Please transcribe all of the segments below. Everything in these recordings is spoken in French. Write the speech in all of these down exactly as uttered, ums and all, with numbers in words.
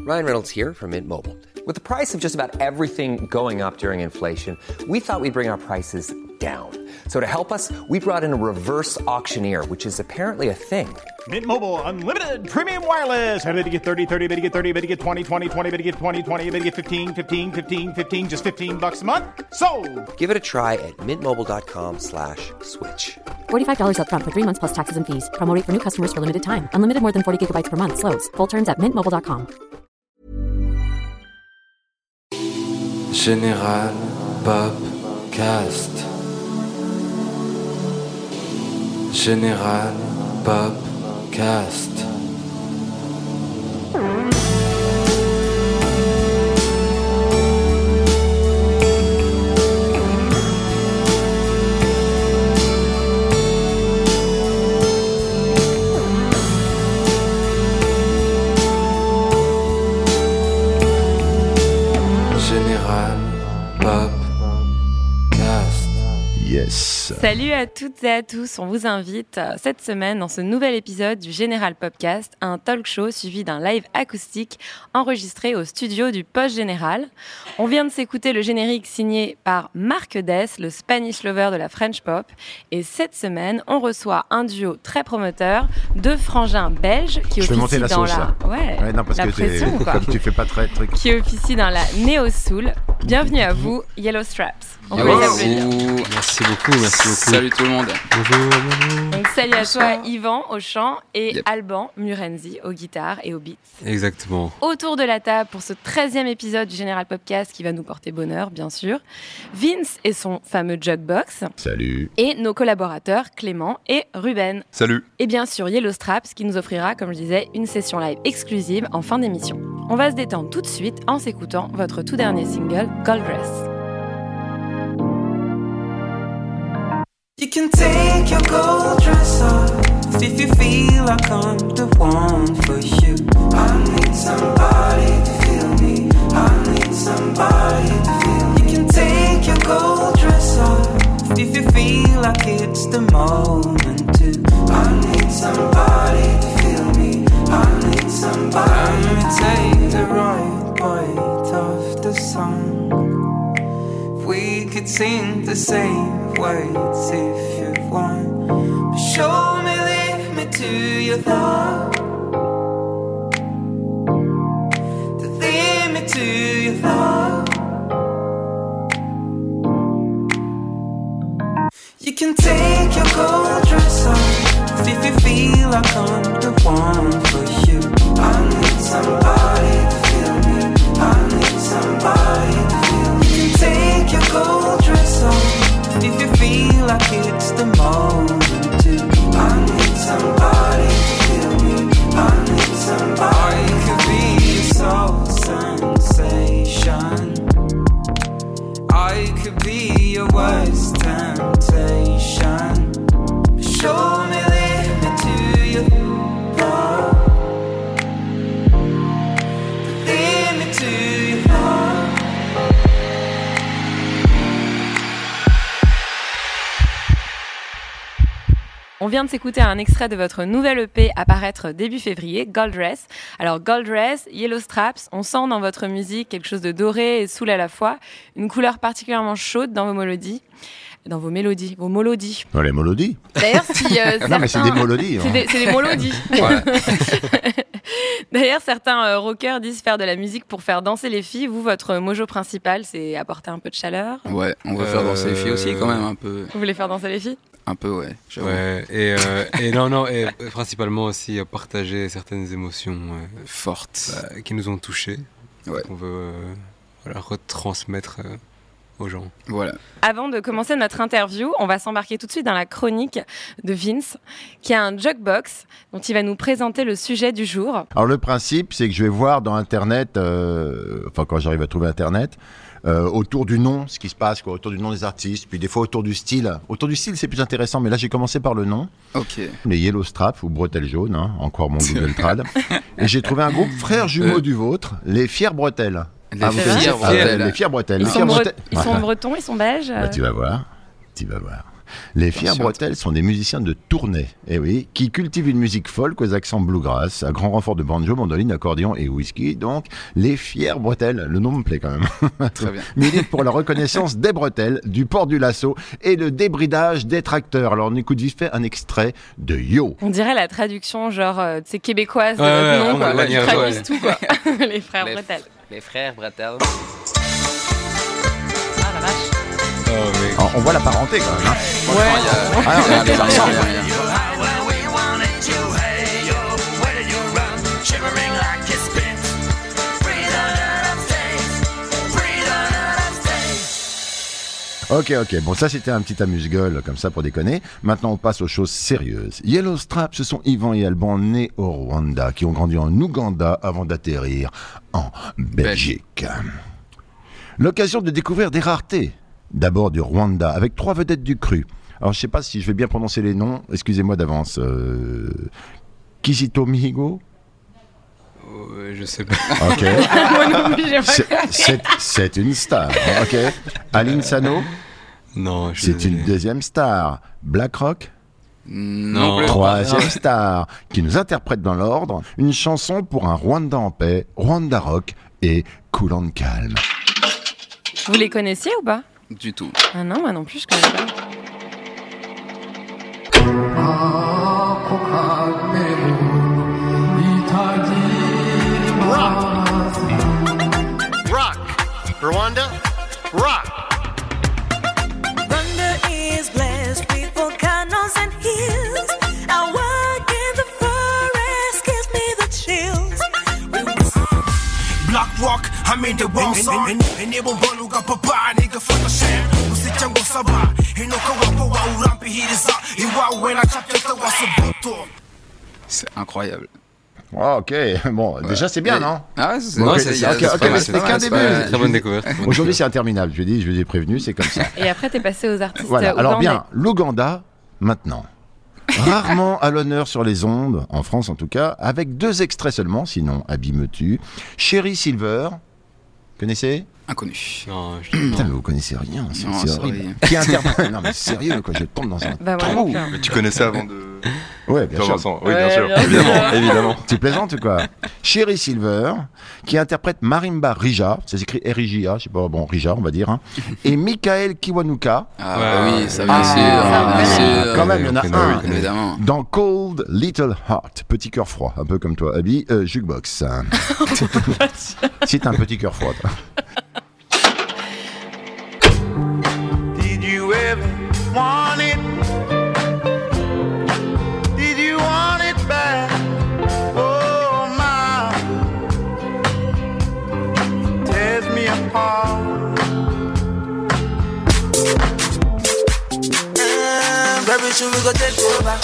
Ryan Reynolds here from Mint Mobile. With the price of just about everything going up during inflation, we thought we'd bring our prices down. So to help us, we brought in a reverse auctioneer, which is apparently a thing. Mint Mobile Unlimited Premium Wireless. How to get thirty, thirty, how to get thirty, how to get twenty, twenty, twenty, how to get twenty, twenty, how to get fifteen, fifteen, fifteen, fifteen, just fifteen bucks a month? Sold! Give it a try at mintmobile.com slash switch. forty-five dollars up front for three months plus taxes and fees. Promo rate for new customers for limited time. Unlimited more than forty gigabytes per month. Slows full terms at mint mobile dot com. Général Popcast. Général Popcast. Général Popcast. Yes. Salut à toutes et à tous, on vous invite euh, cette semaine dans ce nouvel épisode du Général Popcast, un talk show suivi d'un live acoustique enregistré au studio du Poste Général. On vient de s'écouter le générique signé par Marc Dess, le Spanish lover de la French pop, et cette semaine on reçoit un duo très prometteur, deux frangins belges qui Je officient la dans sauce, la ouais, ouais, non, parce la que pression, quoi. comme tu fais pas très truc. Qui officient dans la néo soul. Bienvenue à vous, Yellow Straps. On peut les applaudir. Merci beaucoup, merci beaucoup. Salut tout le monde. Bonjour, bonjour. Donc salut à toi Yvan au chant et Yep. Alban Murenzi aux guitares et aux beats. Exactement. Autour de la table pour ce treizième épisode du Général Popcast qui va nous porter bonheur bien sûr, Vince et son fameux jukebox. Salut. Et nos collaborateurs Clément et Ruben. Salut. Et bien sûr Yellow Straps qui nous offrira, comme je disais, une session live exclusive en fin d'émission. On va se détendre tout de suite en s'écoutant votre tout dernier single, Gold Dress. You can take your gold dress off if you feel like I'm the one for you. I need somebody to feel me. I need somebody to feel me. You can take your gold dress off if you feel like it's the moment to. I need somebody to feel me. I need somebody to take the right bite of the song. If we could sing the same words if you want, but show me, lead me to your love, to lead me to your love. You can take your gold dress off if you feel like I'm the one for you. I need somebody to feel me. I need somebody to feel me. You can take your gold dress off if you feel like it's the moment to. I need somebody to feel me. I need somebody. I could be your soul sensation. I could be your worst temptation. Show me, lead me to your love. Lead me to your love. On vient de s'écouter un extrait de votre nouvelle E P à paraître début février, Gold Dress. Alors Gold Dress, Yellow Straps, on sent dans votre musique quelque chose de doré et soul à la fois, une couleur particulièrement chaude dans vos mélodies. Dans vos mélodies, vos mélodies. Dans les mélodies. D'ailleurs, si euh, certains... Non, mais c'est des mélodies. C'est hein. des, c'est des mélodies. Voilà. D'ailleurs, certains euh, rockers disent faire de la musique pour faire danser les filles. Vous, votre mojo principal, c'est apporter un peu de chaleur. Ouais, on va faire danser les filles aussi quand même un peu. Vous voulez faire danser les filles ? Un peu, ouais. J'avoue. Ouais, et, euh, et non, non, et principalement aussi euh, partager certaines émotions euh, Forte. bah, qui nous ont touchés. Ouais. Qu'on veut euh, voilà, retransmettre euh, aux gens. Voilà. Avant de commencer notre interview, on va s'embarquer tout de suite dans la chronique de Vince, qui a un jukebox dont il va nous présenter le sujet du jour. Alors le principe, c'est que je vais voir dans Internet, euh, enfin quand j'arrive à trouver Internet, euh, autour du nom, ce qui se passe, quoi, autour du nom des artistes, puis des fois autour du style. Autour du style, c'est plus intéressant, mais là j'ai commencé par le nom. Ok. Les Yellow Straps ou Bretelles jaunes, hein, encore mon Google Trad. Et j'ai trouvé un groupe frère jumeau Euh. du vôtre, les Fiers Bretelles. Les Ah, vous Fiers connaissez Bretelles. Ah, les Fiers Bretelles. Ils les sont, Fiers bre- Bretelles. ils sont Voilà. bretons, ils sont belges. Bah, tu vas voir, tu vas voir. Les Fiers sûr. Bretelles sont des musiciens de tournée, eh oui, qui cultivent une musique folk aux accents bluegrass, à grand renfort de banjo, mandoline, accordéon et whisky. Donc, les Fiers Bretelles, le nom me plaît quand même. Très bien. Militent pour la reconnaissance des bretelles, du port du lasso et le débridage des tracteurs. Alors, on écoute vite fait un extrait de Yo. On dirait la traduction, genre, euh, tu sais, québécoise de Ouais, votre ouais, nom, quoi. ouais, Ils ouais, traduisent ouais. tout, quoi. Les frères Les- bretelles. Les frères Bretel. Ah, la vache. Oh, mais... Alors, on voit la parenté quand même. Hein. Franchement, il y a- Ah, il y a- ouais, ça ressemble. il y a- il y a- Ok, ok. Bon, ça, c'était un petit amuse-gueule, comme ça, pour déconner. Maintenant, on passe aux choses sérieuses. Yellow Strap, ce sont Yvan et Alban, nés au Rwanda, qui ont grandi en Ouganda avant d'atterrir en Belgique. L'occasion de découvrir des raretés. D'abord du Rwanda, avec trois vedettes du cru. Alors, je sais pas si je vais bien prononcer les noms. Excusez-moi d'avance. Euh... Kizito Mihigo. Ouais, je sais pas. Ok. Moi non plus, j'ai pas C'est- C'est c'est une star. Ok. Aline Sano. Non, je suis C'est une désolé. deuxième star. Blackrock. Non plus. Troisième star, qui nous interprète dans l'ordre une chanson pour un Rwanda en paix, Rwanda Rock et Cool and Calm. Vous les connaissiez ou pas? Du tout. Ah non, moi non plus, je connais pas. Rock. Rwanda, rock. Rwanda is blessed with volcanoes and hills. I walk in the forest, gives me the chills. Black rock, I made the wrong song. And they won't run, got papa, nigga, fuck the sham. Usi chango saba, and no kawapo wa urampi hiriza. Iwa when I chop the wasabuto. C'est incroyable. Oh, ok, bon, déjà c'est bien, Et- non? Ah ouais, c'est Non, Ok, c'est- c'est- c'est- ok, c'est ok, pas mais mal, c'était c'est qu'un pas- c'est début. pas- Très bonne découverte. Aujourd'hui c'est interminable, je dis, je vous ai prévenu, c'est comme ça. Et après, t'es passé aux artistes Voilà, alors ougandais. bien, l'Ouganda, maintenant. Rarement à l'honneur sur les ondes, en France en tout cas, avec deux extraits seulement, sinon abîme-tu. Sherry Silver, connaissez? Inconnu. Non, je... Putain, mais vous connaissez rien, c'est Non, c'est sorry. horrible. Qui interprète? Non mais sérieux, quoi, je tombe dans un Bah, moi trou. non plus, hein. Mais tu connaissais avant de. Ouais, bien Toi, sûr. Vincent. Oui, Ouais, bien sûr. bien sûr. Évidemment, évidemment. Tu plaisantes ou quoi? Sherry Silver, qui interprète Marimba Rija, ça s'écrit R I J A, je sais pas, bon, Rija, on va dire, hein, et Michael Kiwanuka, Ah Ouais, bah oui, ouais, ça ouais. bien Ah, sûr. ça, bien ouais. sûr. quand même, il y en a connaît, un, oui, connaît. Évidemment. dans Cold Little Heart, petit cœur froid, un peu comme toi, Abby, euh, Jukebox. Si t'as un petit cœur froid, toi. Did you ever want it? Did you want it back? Oh my, tears me apart. Um, very soon we go take over.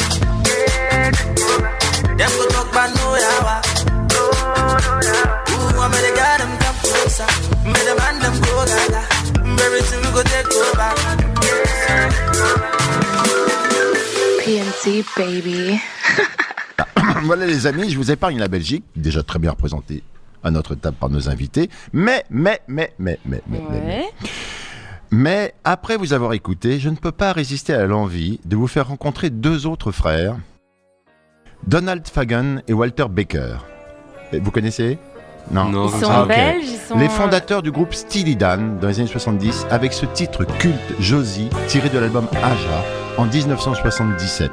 Them go talk about no yawa. Ooh, I made a god them come closer. Made a man them go gaga. Very soon we go take over. P N C, baby. Voilà les amis, je vous épargne la Belgique, déjà très bien représentée à notre table par nos invités, mais, mais, mais, mais, mais, mais, mais, Ouais. mais, après vous avoir écouté, je ne peux pas résister à l'envie de vous faire rencontrer deux autres frères, Donald Fagan et Walter Baker. Et vous connaissez? Non. Non, Ils comme sont ça. ok. belges, ils sont... Les fondateurs du groupe Steely Dan dans les années soixante-dix avec ce titre culte Josie tiré de l'album Aja en dix-neuf cent soixante-dix-sept.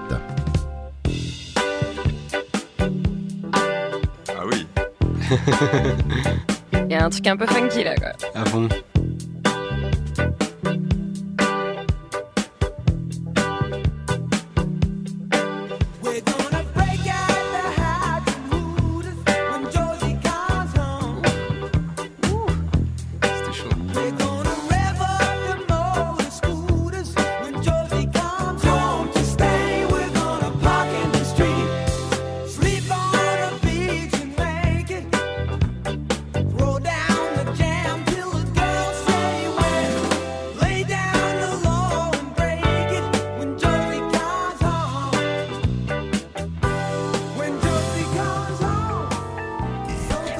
Ah oui. Il y a un truc un peu funky là, quoi. Ah bon? We're gonna break out the highs and lows when Josie comes home. C'était chaud. We're gonna rev up the motor scooters when Josie comes home to stay. We're gonna park in the street, sleep on the beach and make it. Throw down the jam till the girl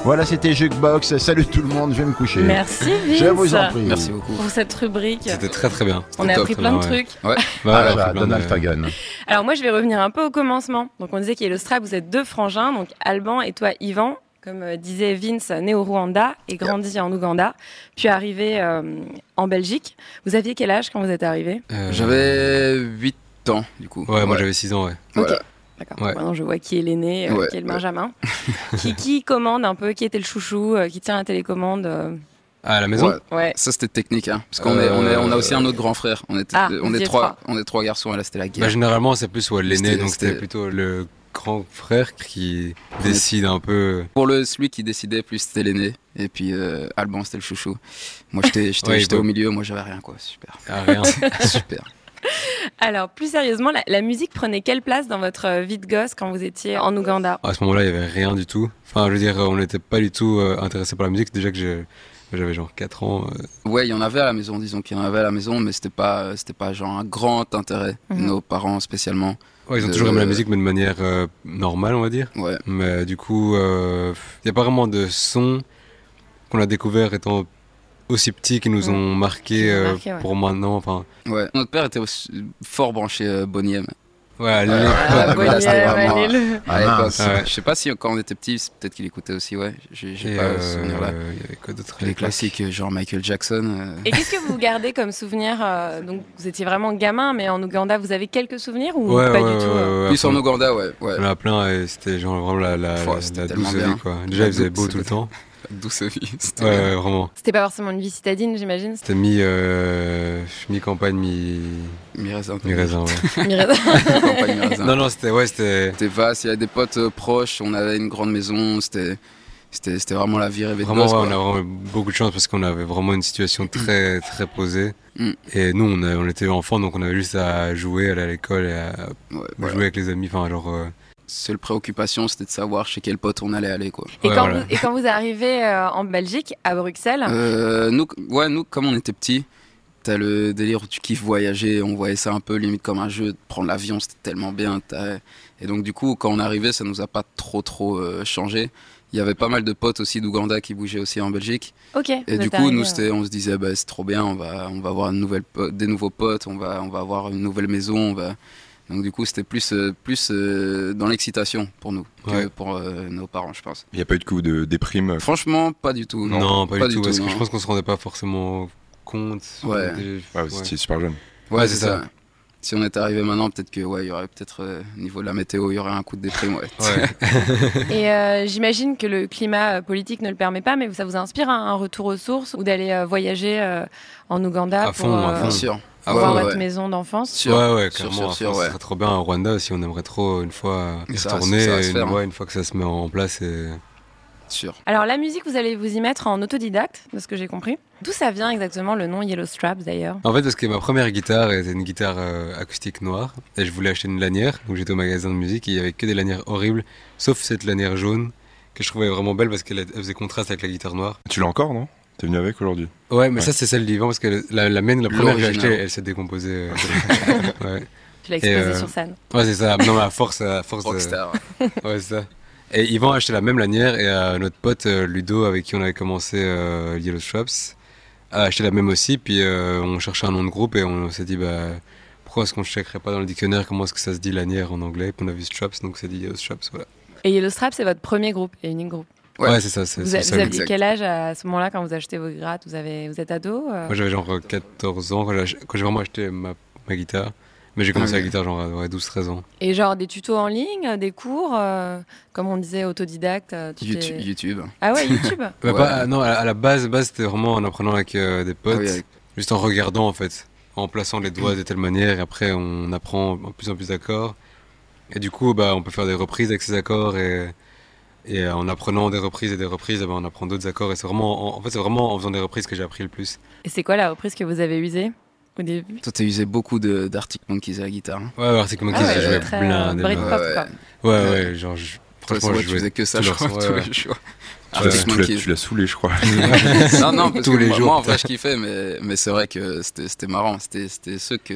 Voilà, c'était Jukebox. Salut tout le monde, je vais me coucher. Merci Vince. Je vous en prie. Merci beaucoup. Pour cette rubrique. C'était très très bien. On a top, appris plein de ouais. trucs. Ouais. Ouais, Ah, ouais, bah, plein Donald de- Fagan. Alors moi, je vais revenir un peu au commencement. Donc on disait qu'il y a le Strap, vous êtes deux frangins, donc Alban et toi Yvan. Comme euh, disait Vince, né au Rwanda et grandi en Ouganda, puis arrivé euh, en Belgique. Vous aviez quel âge quand vous êtes arrivé? Euh, J'avais huit ans, du coup. Ouais, moi j'avais six ans, ouais. Voilà. Ok. D'accord. Ouais. Maintenant, je vois qui est l'aîné, euh, Ouais, qui est le ouais. Benjamin. qui, qui commande un peu, qui était le chouchou, euh, qui tient la télécommande. euh. Ah, à la maison Ouais. Ouais. Ça c'était technique, hein, parce qu'on est, on est, on a aussi un autre grand frère. On était, Ah, on vous est étiez trois, trois. on est trois garçons. Et là c'était la guerre. Bah, généralement, c'est plus ouais, l'aîné, C'était- donc c'était c'était- plutôt le grand frère qui décide un peu. Pour le celui qui décidait, plus c'était l'aîné. Et puis euh, Alban c'était le chouchou. Moi j'étais, j'étais, Ouais, j'étais il au peut- milieu. Moi j'avais rien quoi. Super. Ah, rien. Super. Alors, plus sérieusement, la, la musique prenait quelle place dans votre euh, vie de gosse quand vous étiez en Ouganda? À ce moment-là, il y avait rien du tout. Enfin, je veux dire, on n'était pas du tout euh, intéressé par la musique. Déjà que j'ai- j'avais genre quatre ans. euh, Ouais, il y en avait à la maison, disons qu'il y en avait à la maison, mais c'était pas, c'était pas genre un grand intérêt. Mhm. Nos parents spécialement. Ouais, ils ont Euh, toujours aimé la musique, mais de manière euh, normale, on va dire. Ouais. Mais du coup, il n'y a pas vraiment de sons qu'on a découvert étant aussi petits qui nous Mm. ont marqué, Qui vous ont euh, marqué, ouais. pour maintenant. Enfin, Ouais. Notre père était aussi fort branché euh, Boney M. ouais, à l'époque, Ah, Ah, mais là, c'était Bonnier, vraiment- allez-le. Ah, à l'époque. mince. Ouais. Je sais pas si quand on était petit, c'est peut-être qu'il écoutait aussi, ouais. J'ai, j'ai et, pas euh, ce souvenir-là. il y avait quoi d'autre à Les l'époque classiques, euh, genre Michael Jackson. euh, Et qu'est-ce que vous gardez comme souvenir euh, Donc, vous étiez vraiment gamin, mais en Ouganda, vous avez quelques souvenirs ou Ouais, pas ouais, du tout ouais, euh ouais, Plus en enfin, Ouganda, ouais. ouais. Il y en a plein et c'était genre vraiment la, la, Pouah, la, c'était la tellement douce bien. vie, quoi. Déjà, La il faisait douce- beau tout le temps. Douce vie. C'était Ouais, bien. ouais, vraiment. C'était pas forcément une vie citadine, j'imagine. C'était mi, euh, mi-campagne, mi, Mi-raisin. mi-raisin, ouais. Miranda. Campagne Mi-raisin. non, non, c'était, ouais, c'était C'était vaste, il y avait des potes euh, proches, on avait une grande maison, c'était, c'était, c'était vraiment la vie rêvée de vraiment, gosse, ouais, quoi. on a vraiment eu beaucoup de chance parce qu'on avait vraiment une situation très, très posée. Mm. Et nous, on, a- on était enfants, donc on avait juste à jouer, aller à l'école et à Ouais, voilà. jouer avec les amis. Enfin, genre, euh, Seule préoccupation, c'était de savoir chez quel pote on allait aller, quoi. Et, Ouais, quand voilà. vous, et quand vous arrivez euh, en Belgique, à Bruxelles, Euh, nous, ouais, nous, comme on était petits, t'as le délire où tu kiffes voyager, on voyait ça un peu limite comme un jeu, de prendre l'avion, c'était tellement bien. t'as- Et donc, du coup, quand on arrivait, ça nous a pas trop, trop euh, changé. Il y avait pas mal de potes aussi d'Ouganda qui bougeaient aussi en Belgique. ok. Et vous du êtes coup, arrivé, nous, euh, c'était, on se disait, bah, c'est trop bien, on va, on va avoir une nouvelle po- des nouveaux potes, on va, on va avoir une nouvelle maison. On va... Donc, du coup, c'était plus, euh, plus euh, dans l'excitation pour nous que Ouais. pour euh, nos parents, je pense. Il n'y a pas eu de coup de déprime. Franchement, pas du tout. non, pas, du tout, parce non. que je pense qu'on se rendait pas forcément compte. Ouais. Des- Ouais, vous étiez super jeune. Ouais, Ouais, c'est c'est ça. ça. Si on était arrivé maintenant, peut-être que ouais, il y aurait peut-être euh, au niveau de la météo, il y aurait un coup de déprime. Ouais. Ouais. Et euh, j'imagine que le climat euh, politique ne le permet pas, mais ça vous inspire un, un retour aux sources ou d'aller euh, voyager euh, en Ouganda À pour, fond, à euh, fond. Bien sûr. pour Ah ouais, voir ouais, votre ouais. maison d'enfance? Sûr. Ouais, ouais, Sûr, clairement. sûr, sûr, enfin, ouais. Ce serait trop bien. Au Rwanda aussi, on aimerait trop une fois y Ça, retourner. ça va se une, faire, hein. ouais, une fois que ça se met en place. Et... Sûr. Alors la musique, vous allez vous y mettre en autodidacte, de ce que j'ai compris. D'où ça vient exactement le nom Yellow Straps d'ailleurs? En fait, parce que ma première guitare était une guitare euh, acoustique noire et je voulais acheter une lanière. Donc j'étais au magasin de musique et il y avait que des lanières horribles, sauf cette lanière jaune que je trouvais vraiment belle parce qu'elle elle faisait contraste avec la guitare noire. Tu l'as encore, non? T'es venu avec aujourd'hui? Ouais, mais Ouais. ça c'est celle d'Yvan parce que la, la mienne, la première que j'ai L'original. achetée, elle s'est décomposée. euh, ouais. Tu l'as exposé Et, euh, sur scène. Ouais, c'est ça. Non, mais à force, à force de... Rockstar. Ouais, c'est ça. Et Yvan a acheté la même lanière et euh, notre pote euh, Ludo, avec qui on avait commencé euh, Yellow Straps, a acheté la même aussi. Puis euh, on cherchait un nom de groupe et on s'est dit, bah, pourquoi est-ce qu'on ne checkerait pas dans le dictionnaire comment est-ce que ça se dit lanière en anglais? Puis on a vu Straps, donc on s'est dit Yellow Straps, voilà. Et Yellow Straps, c'est votre premier groupe et unique groupe. Ouais. Ouais, c'est ça. C'est, Vous, c'est a- ça. vous aviez exact. quel âge à ce moment-là quand vous achetez vos grattes? Vous, avez, vous êtes ado euh Moi j'avais genre quatorze ans quand j'ai, ach- quand j'ai vraiment acheté ma, ma guitare. Mais j'ai commencé Ah la oui. guitare genre à ouais, douze treize ans. Et genre des tutos en ligne, euh, des cours, euh, comme on disait, autodidacte euh, tu YouTube. t'es- YouTube. Ah ouais, YouTube. Bah, Ouais. pas- non, à, à la base, base c'était vraiment en apprenant avec euh, des potes, Ah oui, avec- juste en regardant en fait, en plaçant les doigts de telle manière. Et après, on apprend de plus en plus d'accords. Et du coup, bah, on peut faire des reprises avec ces accords et, et euh, en apprenant des reprises et des reprises, eh ben, on apprend d'autres accords. Et c'est vraiment, en, en fait, c'est vraiment en faisant des reprises que j'ai appris le plus. Et c'est quoi la reprise que vous avez usée au début? Toi, t'as usé beaucoup de, d'Arctic Monkeys à la guitare. hein. Ouais, alors c'est comme Ah qui ouais, j'ai joué très, plein euh, de Britpop, Ouais, quoi. Ouais, Ouais. ouais, genre, je, Toi, franchement, ouais, je tu faisais que ça, tous je leurs crois, sons, tous ouais, les jours. Tu Ah, l'as- Arctic tu l'as- Monkeys. tu l'as saoulé, je crois. non, non, parce Tous que les moi, jours, moi, en putain. vrai, je kiffais, mais, mais c'est vrai que c'était, c'était marrant. C'était, c'était ceux que,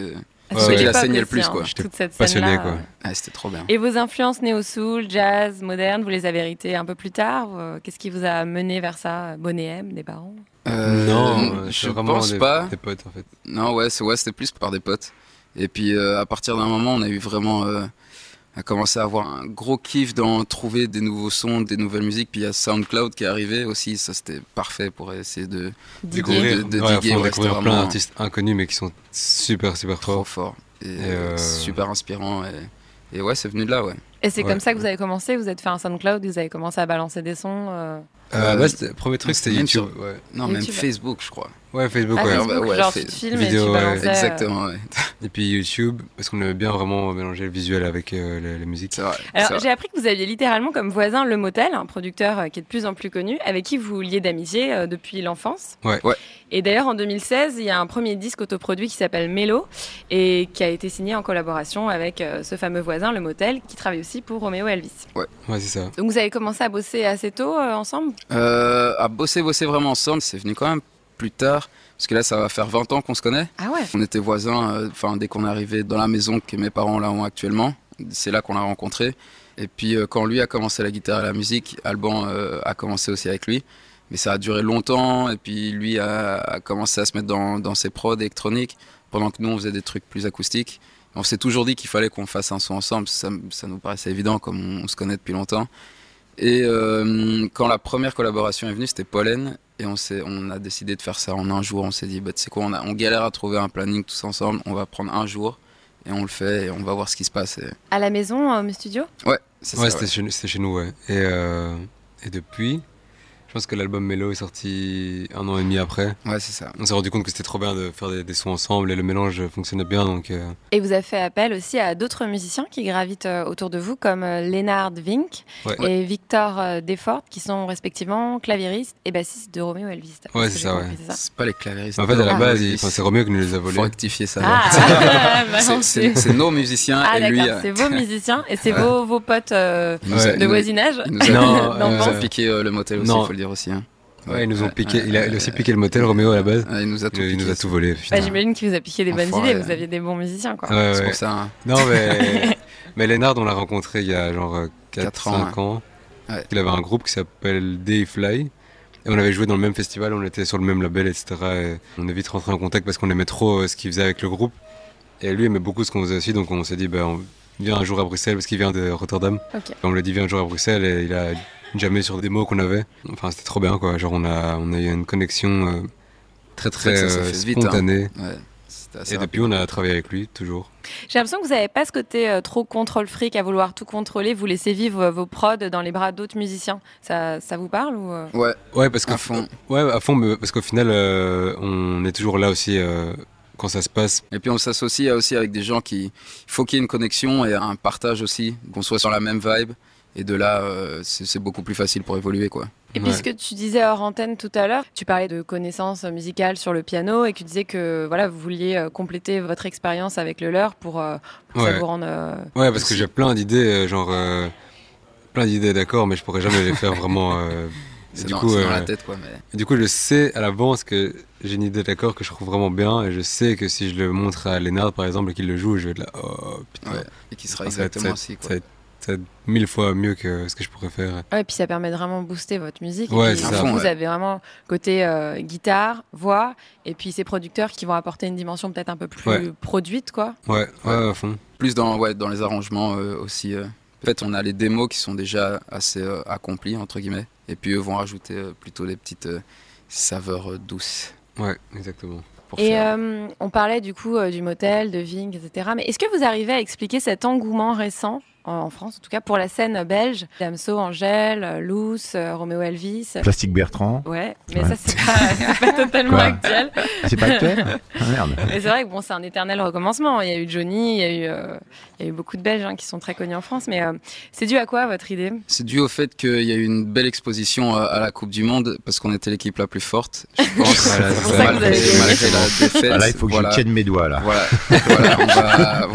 à C'est cette celui qui la époque saignait le aussi, plus, hein, quoi. J'étais toute cette passionné, scène-là, quoi. euh. Ouais, c'était trop bien. Et vos influences néo-soul, jazz, moderne, vous les avez héritées un peu plus tard euh, Qu'est-ce qui vous a mené vers ça Bonnet M, des parents Euh, Non, je c'est vraiment pense des, pas. des potes en fait. Non, ouais, c'est, ouais, c'était plus par des potes. Et puis euh, à partir d'un moment, on a eu vraiment euh, à commencer à avoir un gros kiff dans trouver des nouveaux sons, des nouvelles musiques. Puis il y a SoundCloud qui est arrivé aussi, ça c'était parfait pour essayer de Découvrir, de, de, de ouais, diguer. faut Ouais, découvrir c'était plein vraiment d'artistes inconnus mais qui sont super super trop forts. forts et, Et, euh, super inspirants. Et, et ouais, c'est venu de là, ouais. Et c'est Ouais. comme ça que vous avez commencé Vous êtes fait un SoundCloud, vous avez commencé à balancer des sons euh... Euh, bah, c'était- le premier truc c'était même YouTube. sur- Ouais. Non, même YouTube. Facebook, je crois. Ouais, Facebook, Ah, ouais. Facebook, Ouais, genre fait- tu te filmes vidéo, et tu ouais. balançais. euh, Exactement, ouais. Et puis YouTube, parce qu'on aimait bien vraiment mélanger le visuel avec euh, la, la musique. C'est vrai. Alors, c'est j'ai appris que vous aviez littéralement comme voisin Le Motel, un producteur euh, qui est de plus en plus connu, avec qui vous liez d'amitié euh, depuis l'enfance. Ouais. Ouais. Et d'ailleurs, en deux mille seize, il y a un premier disque autoproduit qui s'appelle Mélo et qui a été signé en collaboration avec euh, ce fameux voisin Le Motel, qui travaille aussi pour Roméo Elvis. Ouais, c'est ça. Donc, vous avez commencé à bosser assez tôt euh, ensemble Euh, à bosser, bosser vraiment ensemble, c'est venu quand même plus tard, parce que là, ça va faire vingt ans qu'on se connaît. Ah ouais On était voisins, enfin, dès qu'on est arrivé dans la maison que mes parents là ont actuellement, c'est là qu'on l'a rencontré. Et puis, euh, quand lui a commencé la guitare et la musique, Alban euh, a commencé aussi avec lui. Mais ça a duré longtemps, et puis lui a, a commencé à se mettre dans, dans ses prods électroniques, pendant que nous, on faisait des trucs plus acoustiques. On s'est toujours dit qu'il fallait qu'on fasse un son ensemble, ça, ça nous paraissait évident, comme on, on se connaît depuis longtemps. Et euh, quand la première collaboration est venue, c'était Pollen, et on, s'est, on a décidé de faire ça en un jour. On s'est dit, bah, tu sais quoi, on, a, on galère à trouver un planning tous ensemble, on va prendre un jour, et on le fait, et on va voir ce qui se passe. Et... À la maison, euh, au studio Ouais, c'est Ouais, ça. c'était, Ouais. chez, c'était chez nous, ouais. Et, euh, et depuis, je pense que l'album Mélo est sorti un an et demi après. Ouais, c'est ça. On s'est rendu compte que c'était trop bien de faire des, des sons ensemble et le mélange fonctionnait bien. Donc, euh, Et vous avez fait appel aussi à d'autres musiciens qui gravitent euh, autour de vous, comme euh, Lennart Vink Ouais. et Victor euh, Defort, qui sont respectivement claviéristes et bassistes de Roméo Elvis. Ouais, Est-ce c'est que j'ai ça, compris, ouais. c'est ça C'est pas les clavéristes. en fait, à la Ah. base, il- enfin, c'est Roméo qui nous les a volés. Faut rectifier ça. Ah, là. bah non, c'est, c'est, c'est nos musiciens, Ah et lui... d'accord, euh, c'est vos musiciens et c'est Ouais. vos, vos potes euh, il nous a- Ouais. il de nous- voisinage Il nous a, Non, il nous a euh, piqué euh, le motel aussi, non. il faut le dire aussi. Hein. Ouais, ils nous ont Ouais, piqué. ouais, il a, ouais, il a aussi ouais. piqué le motel, Roméo, à la base. Ouais, il nous a tout Il, il piqué. nous a tout volé. Bah, putain. j'imagine qu'il vous a piqué des bonnes Enfoiré, idées, ouais. vous aviez des bons musiciens quoi. Ouais, C'est ouais. pour ça. Hein. Non, mais, mais Lennart, on l'a rencontré il y a genre quatre Quatre ans, cinq ans. Ouais. Il avait un groupe qui s'appelle Dayfly. Et on avait joué dans le même festival, on était sur le même label, et cetera. Et on est vite rentré en contact parce qu'on aimait trop euh, ce qu'il faisait avec le groupe. Et lui aimait beaucoup ce qu'on faisait aussi, donc on s'est dit, bah, on vient un jour à Bruxelles parce qu'il vient de Rotterdam. Ok. On lui a dit, viens un jour à Bruxelles, et il a jamais sur des mots qu'on avait. Enfin, c'était trop bien, quoi. Genre, on a, on a eu une connexion euh, très, très Ça, ça euh, fait vite, hein. spontanée. Ouais, c'était assez Et depuis, on a travaillé avec lui, toujours. J'ai l'impression que vous n'avez pas ce côté euh, trop contrôle fric à vouloir tout contrôler, vous laissez vivre euh, vos prods dans les bras d'autres musiciens. Ça, ça vous parle ou euh Ouais, Ouais, parce que à fond. Ouais, à fond, mais parce qu'au final, euh, on est toujours là aussi euh, quand ça se passe. Et puis on s'associe aussi avec des gens qui... Il faut qu'il y ait une connexion et un partage aussi, qu'on soit sur la même vibe. Et de là, euh, c'est, c'est beaucoup plus facile pour évoluer, quoi. Et puis ce que tu disais hors antenne tout à l'heure, tu parlais de connaissances musicales sur le piano et que tu disais que voilà, vous vouliez euh, compléter votre expérience avec le leur pour, euh, pour que Ouais. ça vous rende... euh, Ouais, parce que j'ai plein d'idées, euh, genre euh, plein d'idées d'accord, mais je pourrais jamais les faire vraiment. euh, et C'est, du dans, coup, c'est dans euh, la tête, quoi. Mais... et du coup, je sais à l'avance que j'ai une idée d'accord que je trouve vraiment bien, et je sais que si je le montre à Lennart par exemple et qu'il le joue, je vais être là, oh putain. Ouais, et qui sera Ça va être- exactement ça va aussi, être- quoi. Ça va être, ça va être mille fois mieux que ce que je pourrais faire. Ouais, et puis ça permet de vraiment booster votre musique. Ouais, et puis, c'est du ça. coup, vous Ouais. avez vraiment côté euh, guitare, voix, et puis ces producteurs qui vont apporter une dimension peut-être un peu plus Ouais. produite, quoi. Ouais, ouais, à fond. Plus dans, ouais, dans les arrangements euh, aussi. euh. En fait, on a les démos qui sont déjà assez euh, accomplies, entre guillemets. Et puis eux vont rajouter euh, plutôt des petites euh, saveurs euh, douces. Ouais, exactement. Pour Et faire... euh, on parlait du coup euh, du motel, de Ving, et cetera. Mais est-ce que vous arrivez à expliquer cet engouement récent, en, en France en tout cas, pour la scène belge, Damso, Angèle, euh, Luce, euh, Roméo Elvis euh, Plastique Bertrand. Ouais, mais Ouais. ça c'est pas, c'est pas totalement Quoi actuel. C'est pas actuel Ah merde. Mais c'est vrai que bon, c'est un éternel recommencement. Il y a eu Johnny, il y a eu, euh, il y a eu beaucoup de Belges hein, qui sont très connus en France. Mais euh, c'est dû à quoi votre idée? C'est dû au fait qu'il y a eu une belle exposition à, à la Coupe du Monde parce qu'on était l'équipe la plus forte, je pense. Voilà, c'est pour ça que vous avez malgré, gagné. malgré la défaite. Ah là, il faut que voilà. je tienne mes doigts là. Voilà, voilà, on va, voilà.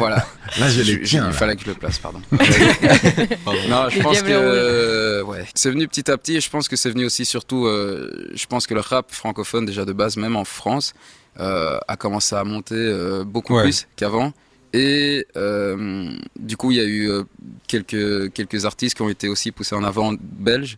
Là, je les Je- tiens. Il là. fallait que je le place, pardon. non, je Les pense diables que rouges. euh, ouais, c'est venu petit à petit et je pense que c'est venu aussi surtout. Euh, je pense que le rap francophone déjà de base, même en France, euh, a commencé à monter euh, beaucoup Ouais. plus qu'avant. Et euh, du coup, il y a eu euh, quelques quelques artistes qui ont été aussi poussés en avant belges.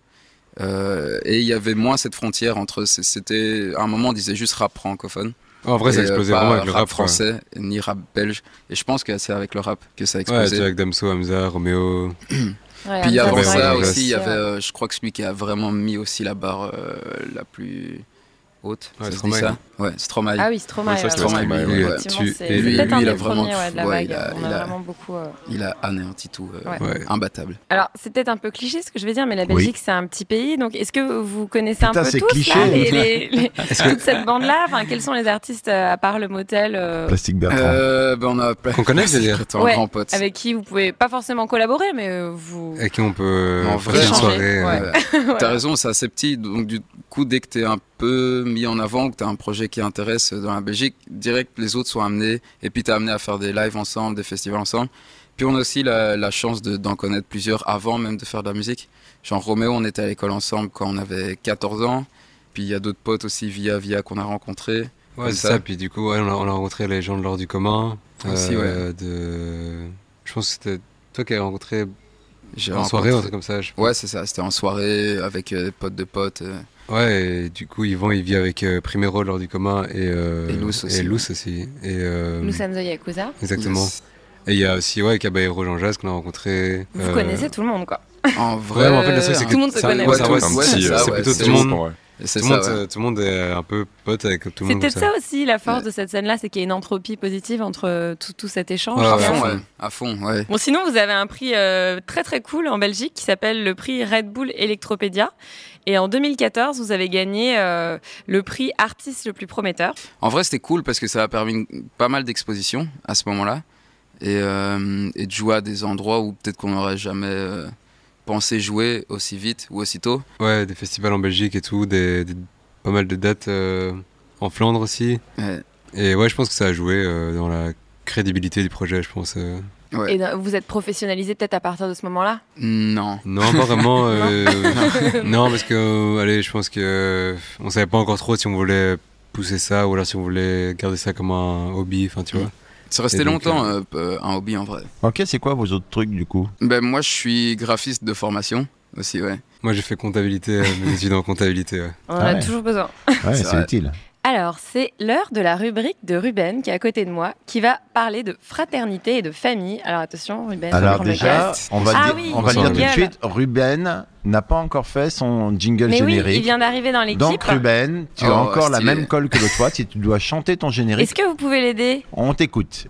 Euh, et il y avait moins cette frontière entre. C'était à un moment on disait juste rap francophone. En vrai, ça a Et, euh, explosé pas vraiment avec le rap, quoi. français ni rap belge. Et je pense que c'est avec le rap que ça a Ouais, explosé. c'est avec Damso, Hamza, Roméo. Ouais, Puis Hamza, avant ouais, ça ouais, aussi, il y ouais. avait, euh, je crois que celui qui a vraiment mis aussi la barre euh, la plus haute. Ouais, ça se dit Stromae. ça Ouais, Stromae. Ah oui, Stromae. Oui, ça, c'était alors, Stromae, ouais, lui, ouais. effectivement, Tu- c'est et c'est lui, peut-être un lui, il des a vraiment premiers ouais, de la ouais, vague. il a- On il a a- vraiment beaucoup. euh, Il a anéanti tout, euh, Ouais. Ouais. imbattable. Alors, c'est peut-être un peu cliché ce que je vais dire, mais la Oui. Belgique, c'est un petit pays. Donc, est-ce que vous connaissez Putain, un peu c'est tous cliché. là, les, les- les- toute cette bande-là enfin, quels sont les artistes, euh, à part le motel, euh, Plastique Bertrand. Euh, ben on a plein. Qu'on connaît, je veux dire. C'est un Ouais, grand pote. avec qui vous pouvez pas forcément collaborer, mais euh, vous... Avec qui on peut En faire vrai, une changer, soirée. ouais. euh, Ouais. T'as raison, c'est assez petit. Donc du coup, dès que t'es un peu mis en avant, que t'as un projet qui intéresse dans la Belgique, direct les autres sont amenés. Et puis t'es amené à faire des lives ensemble, des festivals ensemble. Puis on a aussi la, la chance de- d'en connaître plusieurs avant même de faire de la musique. Genre Roméo, on était à l'école ensemble quand on avait quatorze ans. Puis il y a d'autres potes aussi via via qu'on a rencontrés. Ouais, Comme c'est ça. Puis du coup, ouais, on, a, on a rencontré les gens de l'ordre du commun. Aussi, euh, de... Je pense que c'était toi qui avais rencontré J'ai en rencontré- soirée ou un truc comme ça. je pense. Ouais, c'est ça. C'était en soirée avec euh, des potes de potes. euh. Ouais, et du coup, Yvan, il vit avec euh, Primero, l'ordre du commun, et, euh, Et Luce aussi. Et Luce aussi. Et, euh, Lucenzo Yakuza. Exactement. Yes. Et il y a aussi ouais, Caballero Jean Jazz qu'on a rencontré. Vous euh, connaissez tout le monde, quoi. En vrai, Ouais, mais en fait, le truc, c'est que Tout le monde se ça- connaît. ouais, Ouais, ça, tout- ouais, un ouais, c'est petit, c'est euh, ça, c'est ouais, plutôt c'est tout le juste- monde. ouais. c'est Tout le, ça, monde ouais. tout le monde est un peu pote avec tout le C'est monde. peut-être comme ça. ça aussi la force de cette scène-là, c'est qu'il y a une entropie positive entre euh, tout, tout cet échange. Ouais, À ouais, fond, ouais. ouais. À fond, ouais. Bon, sinon, vous avez un prix euh, très très cool en Belgique qui s'appelle le prix Red Bull Electropédia. Et en deux mille quatorze, vous avez gagné euh, le prix artiste le plus prometteur. En vrai, c'était cool parce que ça a permis une- pas mal d'expositions à ce moment-là. Et, euh, et de jouer à des endroits où peut-être qu'on n'aurait jamais euh, pensé jouer aussi vite ou aussitôt. Ouais, des festivals en Belgique et tout, des, des- pas mal de dates euh, en Flandre aussi. Ouais. Et ouais, je pense que ça a joué euh, dans la crédibilité du projet, je pense. euh. Ouais. Et dans- vous êtes professionnalisé peut-être à partir de ce moment-là. Non. Non, pas vraiment. euh, non, parce que, euh, allez, je pense que euh, on savait pas encore trop si on voulait pousser ça ou alors si on voulait garder ça comme un hobby, enfin, tu vois. C'est resté Et donc, longtemps euh, euh, un hobby en vrai. Ok, c'est quoi vos autres trucs du coup? Ben, moi, je suis graphiste de formation aussi, ouais. Moi, j'ai fait comptabilité, euh, mes études en comptabilité. Ouais. On en Ah a ouais. toujours besoin. Ouais, C'est c'est vrai. utile. Alors, c'est l'heure de la rubrique de Ruben qui est à côté de moi, qui va parler de fraternité et de famille. Alors attention, Ruben. Alors prends le déjà, casque. on va, Ah dire, oui, on va le dire tout de jingle. suite, Ruben n'a pas encore fait son jingle Mais oui, générique. il vient d'arriver dans l'équipe. Donc Ruben, tu Oh, as encore la stylé. même colle que l'autre fois. Si tu dois chanter ton générique, Est-ce que vous pouvez l'aider? on t'écoute.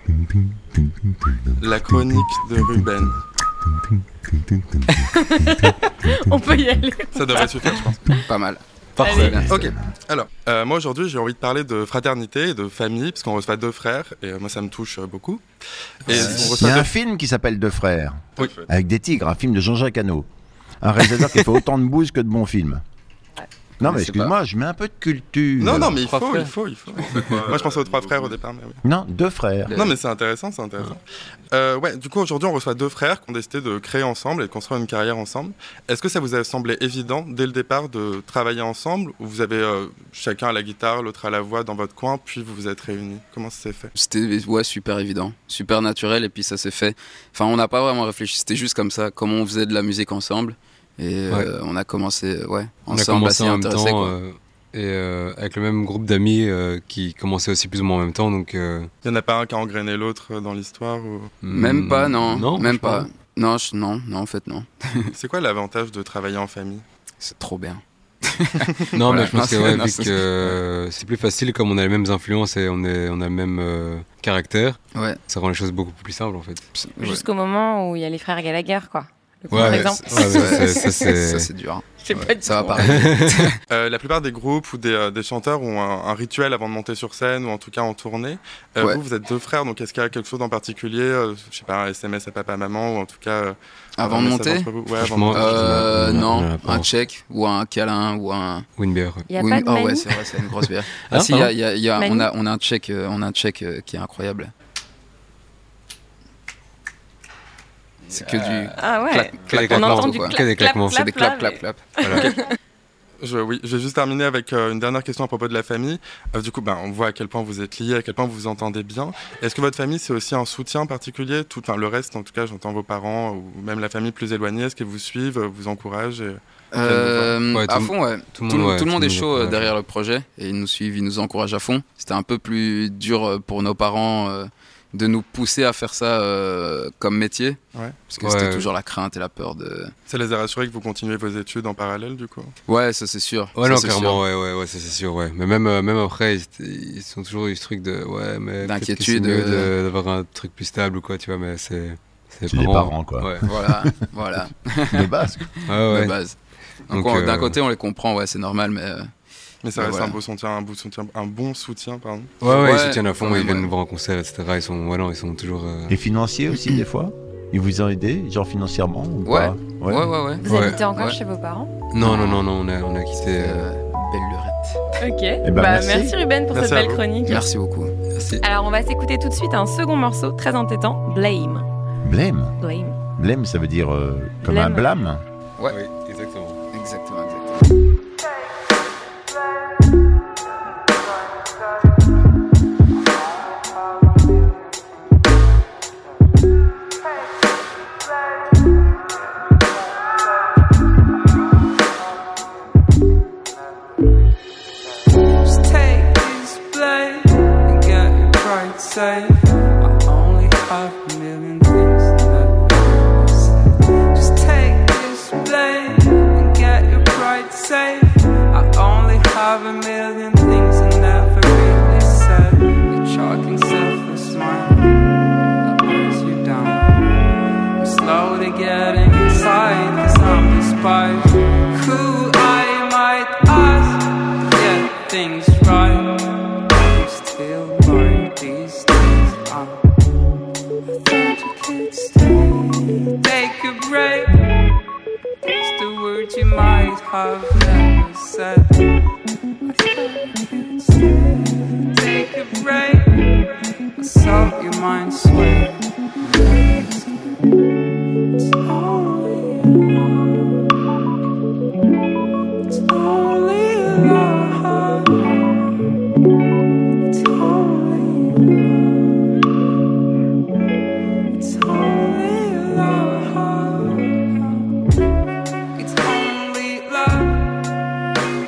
La chronique de Ruben. On peut y aller. Ça devrait suffire, je pense. Pas mal. Parfait. Allez. Ok, alors, euh, moi aujourd'hui j'ai envie de parler de fraternité et de famille, parce qu'on reçoit deux frères, et euh, moi ça me touche euh, beaucoup. Et Il on y reçoit a deux... un film qui s'appelle Deux frères, Oui. avec des tigres, un film de Jean-Jacques Hano. Un réalisateur qui fait autant de bouse que de bons films. Non, mais Je sais excuse-moi, je mets un peu de culture. Non, non, mais il Trois faut, frères. il faut, il faut. Moi je pensais aux trois frères au départ, mais oui. Non, deux frères. Non, mais c'est intéressant, c'est intéressant. Euh, ouais, du coup aujourd'hui on reçoit deux frères qui ont décidé de créer ensemble et de construire une carrière ensemble. Est-ce que ça vous a semblé évident dès le départ de travailler ensemble, ou vous avez euh, chacun à la guitare, l'autre à la voix dans votre coin, puis vous vous êtes réunis? Comment ça s'est fait? C'était ouais, super évident, super naturel, et puis ça s'est fait. Enfin, on n'a pas vraiment réfléchi, c'était juste comme ça, comment on faisait de la musique ensemble. Et euh, Ouais. on a commencé ouais, On a ensemble à commencé s'y en même intéresser, temps quoi. euh, et euh, avec le même groupe d'amis euh, qui commençait aussi plus ou moins en même temps. Donc, euh, Il n'y en a pas un qui a engrainé l'autre euh, dans l'histoire ou... Même pas, non. Non, même je pas. pense Non, je- non, non, en fait, non. C'est quoi l'avantage de travailler en famille? C'est trop bien. Non, Voilà. mais je pense Non, que c'est- ouais, non, vu c'est- que euh, c'est plus facile comme on a les mêmes influences et on, est, on a le même euh, caractère, Ouais. ça rend les choses beaucoup plus simples en fait. Ouais. Jusqu'au moment où il y a les frères Gallagher, quoi. Le Ouais, contre-exemple. c'est- ouais, ouais, c'est- ça, c'est- Ça, c'est dur. Je sais pas du Ça va tout. pas. Euh, la plupart des groupes ou des, euh, des chanteurs ont un, un rituel avant de monter sur scène, ou en tout cas en tournée. Euh, Ouais. Vous, vous êtes deux frères, donc est-ce qu'il y a quelque chose en particulier, euh, je sais pas, un S M S à papa, maman, ou en tout cas... euh, Avant un de message monter entre vous? Ouais, avant de Franchement, monter. Euh, Non, non, non, pas. un check ou un câlin ou un. Winbeer. Il y a Oui, pas de oh Manu ouais, c'est vrai, c'est une grosse bière. Ah, Ah si, il y a, pardon il y a- il y a- Manu on a, on a un check, euh, on a un check euh, qui est incroyable. C'est que du Ah ouais. clac, clac, On clac, entend clac, du quoi. clac, des claquements. C'est des clap, clap, clap, mais- clap. Voilà. Je, oui, je vais juste terminer avec euh, une dernière question à propos de la famille. Euh, du coup, ben, on voit à quel point vous êtes liés, à quel point vous vous entendez bien. Est-ce que votre famille, c'est aussi un soutien particulier? Tout, enfin, le reste, en tout cas, j'entends vos parents ou même la famille plus éloignée. Est-ce qu'ils vous suivent, vous encouragent et... Euh, Ouais, à tout- fond, ouais. tout le Tout, monde, ouais, tout le monde tout est le monde chaud euh, encourage. derrière le projet et ils nous suivent, ils nous encouragent à fond. C'était un peu plus dur euh, pour nos parents euh, de nous pousser à faire ça euh, comme métier, Ouais. parce que Ouais. c'était toujours la crainte et la peur de. Ça les a rassurés que vous continuez vos études en parallèle, du coup? Ouais, ça c'est sûr. Ouais, Ça, non, c'est clairement, sûr. ouais, ouais, ouais, ça c'est sûr, ouais. Mais même, euh, même après, ils, étaient- ils sont toujours eu ce truc de, ouais, mais. peut-être que c'est D'inquiétude, mieux euh. de- d'avoir un truc plus stable ou quoi, tu vois, mais c'est. C'est les parents, quoi. Ouais. Voilà, voilà. De base. Ouais, ouais. De base. Donc, Donc, on- euh, d'un côté, on les comprend, ouais, c'est normal, mais. euh, Mais ça Ouais, reste voilà. un, beau soutien, un, beau soutien, un bon soutien, pardon. Ouais, ouais, Ouais, ils soutiennent à fond, quand ils même, viennent ouais. nous voir en concert, et cetera. Ils sont, ouais, non, ils sont toujours. euh, Et financier aussi, des fois? Ils vous ont aidé, genre financièrement ou Ouais. pas Ouais, ouais, ouais. Vous Ouais. habitez encore Ouais. chez vos parents? Non, non, non, non, on a, on a quitté. C'est, euh, euh, belle lurette. Ok. ben, bah, merci. merci. Ruben pour Merci cette à belle vous. chronique. Merci beaucoup. Merci. Alors on va s'écouter tout de suite un second morceau très entêtant, Blame. Blême. Blame. Blême, ça veut dire euh, comme Blême. un blâme. Ouais. Oui, exactement. Exactement, exactement. Just take this blade and get your pride safe. I only have a million things that I say. Just take this blade and get your pride safe. I only have a million things I never really said. You're chalking selfless mind that wears you down. I'm slowly getting inside, cause I'm despised. Who I might ask, get things right. I'm still learning these days. I thought you could stay, take a break. It's the words you might have never said. I thought you could stay, take a break. I saw your mind sway. It's only love. It's only love. It's only love. It's only love. It's only love.